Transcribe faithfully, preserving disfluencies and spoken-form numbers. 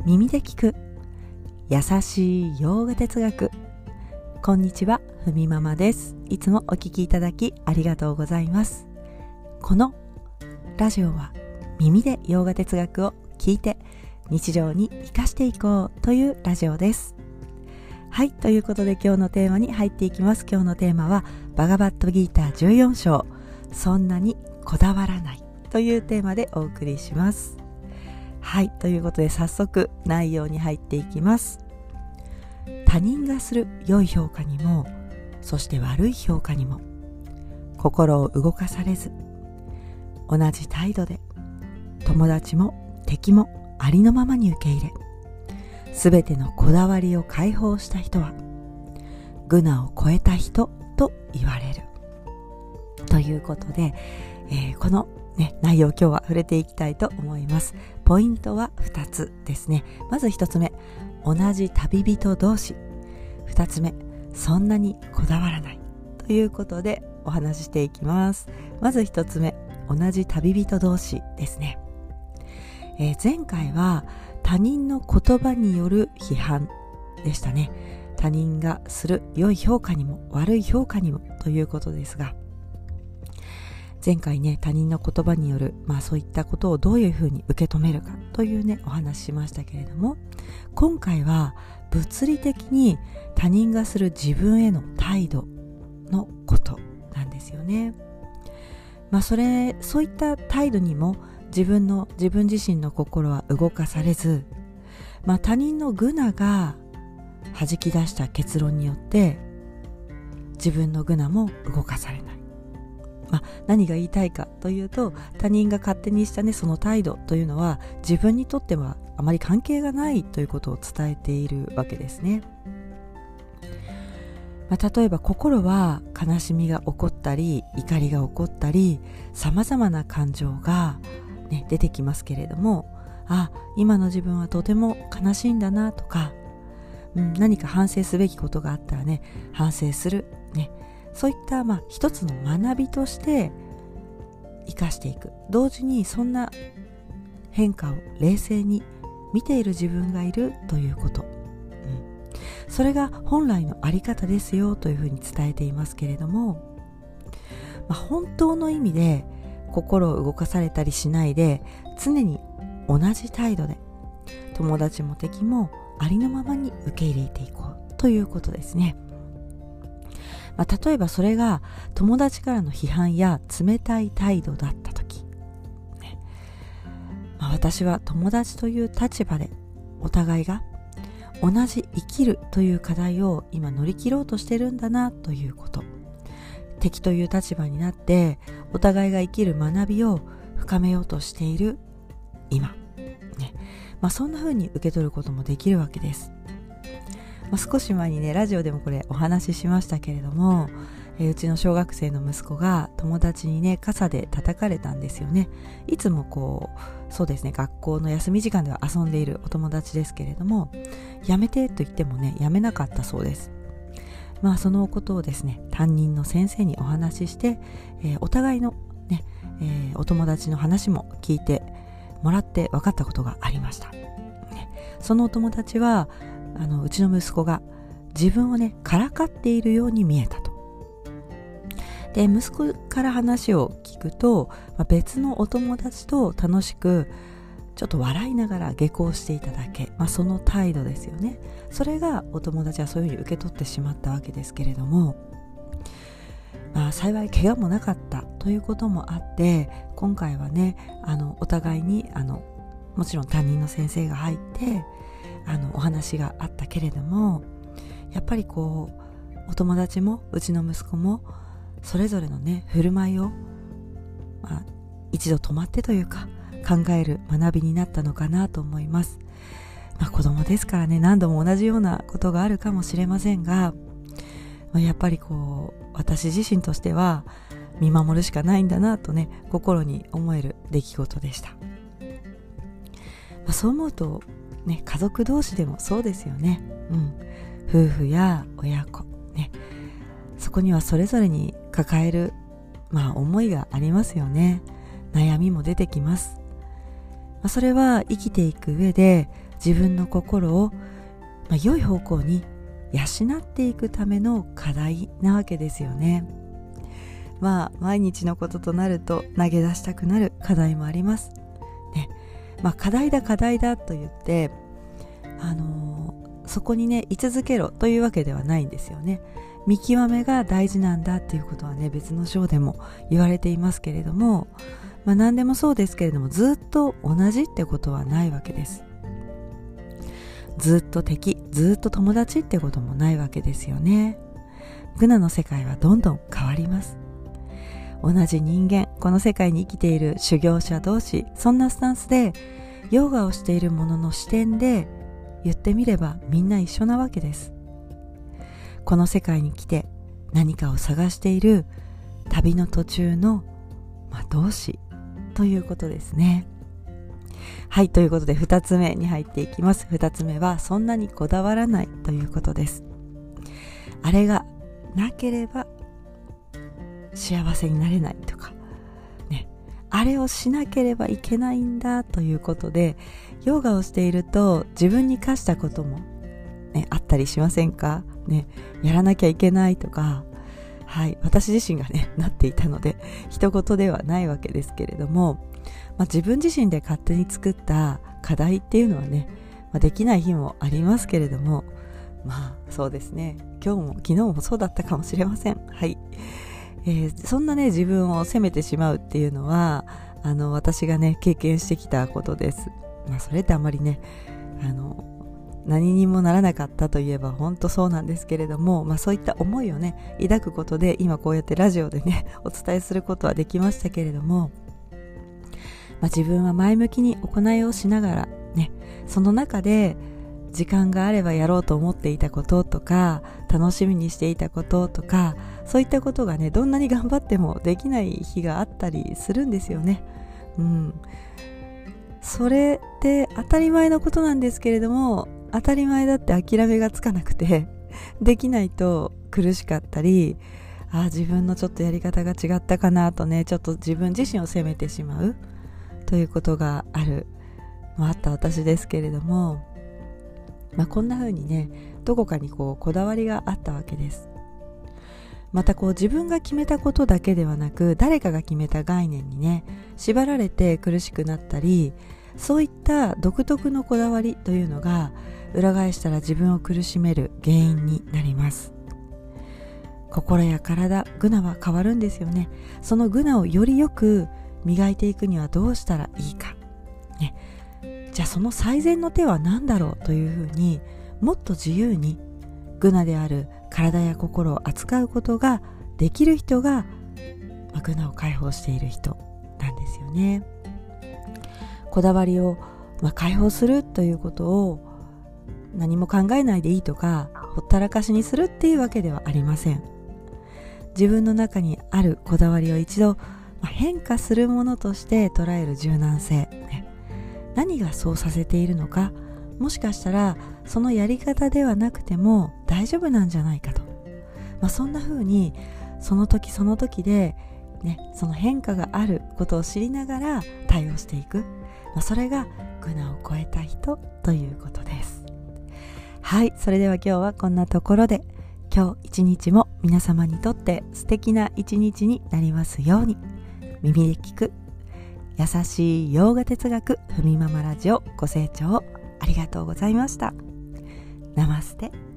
耳で聞く優しい洋画哲学。こんにちは、ふみママです。いつもお聞きいただきありがとうございます。このラジオは耳で洋画哲学を聞いて日常に生かしていこうというラジオです。はい、ということで今日のテーマに入っていきます。今日のテーマはバガバットギーターじゅうよん章、そんなにこだわらないというテーマでお送りします。はい、ということで早速内容に入っていきます。他人がする良い評価にも、そして悪い評価にも心を動かされず、同じ態度で友達も敵もありのままに受け入れ、すべてのこだわりを解放した人はグナを超えた人と言われるということで、えー、このね、内容を今日は触れていきたいと思います。ポイントはふたつですね。まずひとつめ、同じ旅人同士。ふたつめ、そんなにこだわらないということでお話ししていきます。まずひとつめ、同じ旅人同士ですね。えー、前回は他人の言葉による批判でしたね。他人がする良い評価にも悪い評価にもということですが、前回ね、他人の言葉による、まあそういったことをどういうふうに受け止めるかというね、お話ししましたけれども、今回は物理的に他人がする自分への態度のことなんですよね。まあそれ、そういった態度にも自分の、自分自身の心は動かされず、まあ他人のグナが弾き出した結論によって自分のグナも動かされない。まあ、何が言いたいかというと、他人が勝手にしたね、その態度というのは自分にとってはあまり関係がないということを伝えているわけですね。まあ、例えば心は悲しみが起こったり怒りが起こったり様々な感情が、ね、出てきますけれども、あ、今の自分はとても悲しいんだなとか、うん、何か反省すべきことがあったらね、反省するね、そういったまあ一つの学びとして生かしていく。同時にそんな変化を冷静に見ている自分がいるということ、うん、それが本来のあり方ですよというふうに伝えていますけれども、まあ、本当の意味で心を動かされたりしないで、常に同じ態度で友達も敵もありのままに受け入れていこうということですね。まあ、例えばそれが友達からの批判や冷たい態度だったとき、ね、まあ、私は友達という立場でお互いが同じ生きるという課題を今乗り切ろうとしてるんだなということ、敵という立場になってお互いが生きる学びを深めようとしている今、ね、まあ、そんな風に受け取ることもできるわけです。まあ、少し前にね、ラジオでもこれお話ししましたけれども、えー、うちの小学生の息子が友達にね、傘で叩かれたんですよね。いつもこう、そうですね、学校の休み時間では遊んでいるお友達ですけれども、やめてと言ってもね、やめなかったそうです。まあそのことをですね、担任の先生にお話しして、えー、お互いのね、えー、お友達の話も聞いてもらって分かったことがありました。ね、そのお友達は、あのうちの息子が自分をねからかっているように見えたと。で、息子から話を聞くと、まあ、別のお友達と楽しくちょっと笑いながら下校していただけ、まあ、その態度ですよね。それがお友達はそういうふうに受け取ってしまったわけですけれども、まあ、幸い怪我もなかったということもあって、今回はね、あのお互いにあのもちろん担任の先生が入ってあのお話があったけれども、やっぱりこうお友達もうちの息子もそれぞれのね振る舞いを、まあ、一度止まってというか考える学びになったのかなと思います。まあ、子供ですからね、何度も同じようなことがあるかもしれませんが、まあ、やっぱりこう私自身としては見守るしかないんだなとね、心に思える出来事でした。まあ、そう思うとね、家族同士でもそうですよね。うん、夫婦や親子ね、そこにはそれぞれに抱える、まあ、思いがありますよね。悩みも出てきます。まあ、それは生きていく上で自分の心を、まあ、良い方向に養っていくための課題なわけですよね。まあ毎日のこととなると投げ出したくなる課題もありますね。まあ課題だ課題だと言ってあのー、そこにね居続けろというわけではないんですよね。見極めが大事なんだっていうことはね別の章でも言われていますけれども、まあ何でもそうですけれどもずっと同じってことはないわけです。ずっと敵、ずっと友達ってこともないわけですよね。グナの世界はどんどん変わります。同じ人間、この世界に生きている修行者同士、そんなスタンスでヨガをしている者の視点で言ってみればみんな一緒なわけです。この世界に来て何かを探している旅の途中の、まあ、同志ということですね。はい、ということでふたつめに入っていきます。ふたつめはそんなにこだわらないということです。あれがなければ幸せになれないとかね、あれをしなければいけないんだということでヨガをしていると自分に課したことも、ね、あったりしませんかね。やらなきゃいけないとか、はい、私自身がねなっていたので一言ではないわけですけれども、まあ、自分自身で勝手に作った課題っていうのはね、まあ、できない日もありますけれども、まあそうですね、今日も昨日もそうだったかもしれません。はい、えー、そんなね自分を責めてしまうっていうのはあの私がね経験してきたことです。まあそれってあまりねあの何にもならなかったといえば本当そうなんですけれども、まあそういった思いをね抱くことで今こうやってラジオでねお伝えすることはできましたけれども、まあ、自分は前向きに行いをしながらね、その中で時間があればやろうと思っていたこととか楽しみにしていたこととか、そういったことがねどんなに頑張ってもできない日があったりするんですよね。うん、それって当たり前のことなんですけれども、当たり前だって諦めがつかなくてできないと苦しかったり、あ自分のちょっとやり方が違ったかなとねちょっと自分自身を責めてしまうということがある、まあ、あった私ですけれども、まあ、こんな風にねどこかにこうこだわりがあったわけです。またこう自分が決めたことだけではなく誰かが決めた概念にね縛られて苦しくなったり、そういった独特のこだわりというのが裏返したら自分を苦しめる原因になります。心や体、グナは変わるんですよね。そのグナをよりよく磨いていくにはどうしたらいいか、ね、じゃあその最善の手は何だろうというふうにもっと自由にグナである体や心を扱うことができる人が、まあ、グナを解放している人なんですよね。こだわりを、まあ、解放するということを何も考えないでいいとかほったらかしにするっていうわけではありません。自分の中にあるこだわりを一度、まあ、変化するものとして捉える柔軟性、ね、何がそうさせているのか、もしかしたらそのやり方ではなくても大丈夫なんじゃないかと、まあ、そんな風にその時その時で、ね、その変化があることを知りながら対応していく、まあ、それがグナを超えた人ということです。はい、それでは今日はこんなところで、今日一日も皆様にとって素敵な一日になりますように。耳で聞く優しい洋画哲学ふみママラジオご清聴ありがとうございました。ナマステ。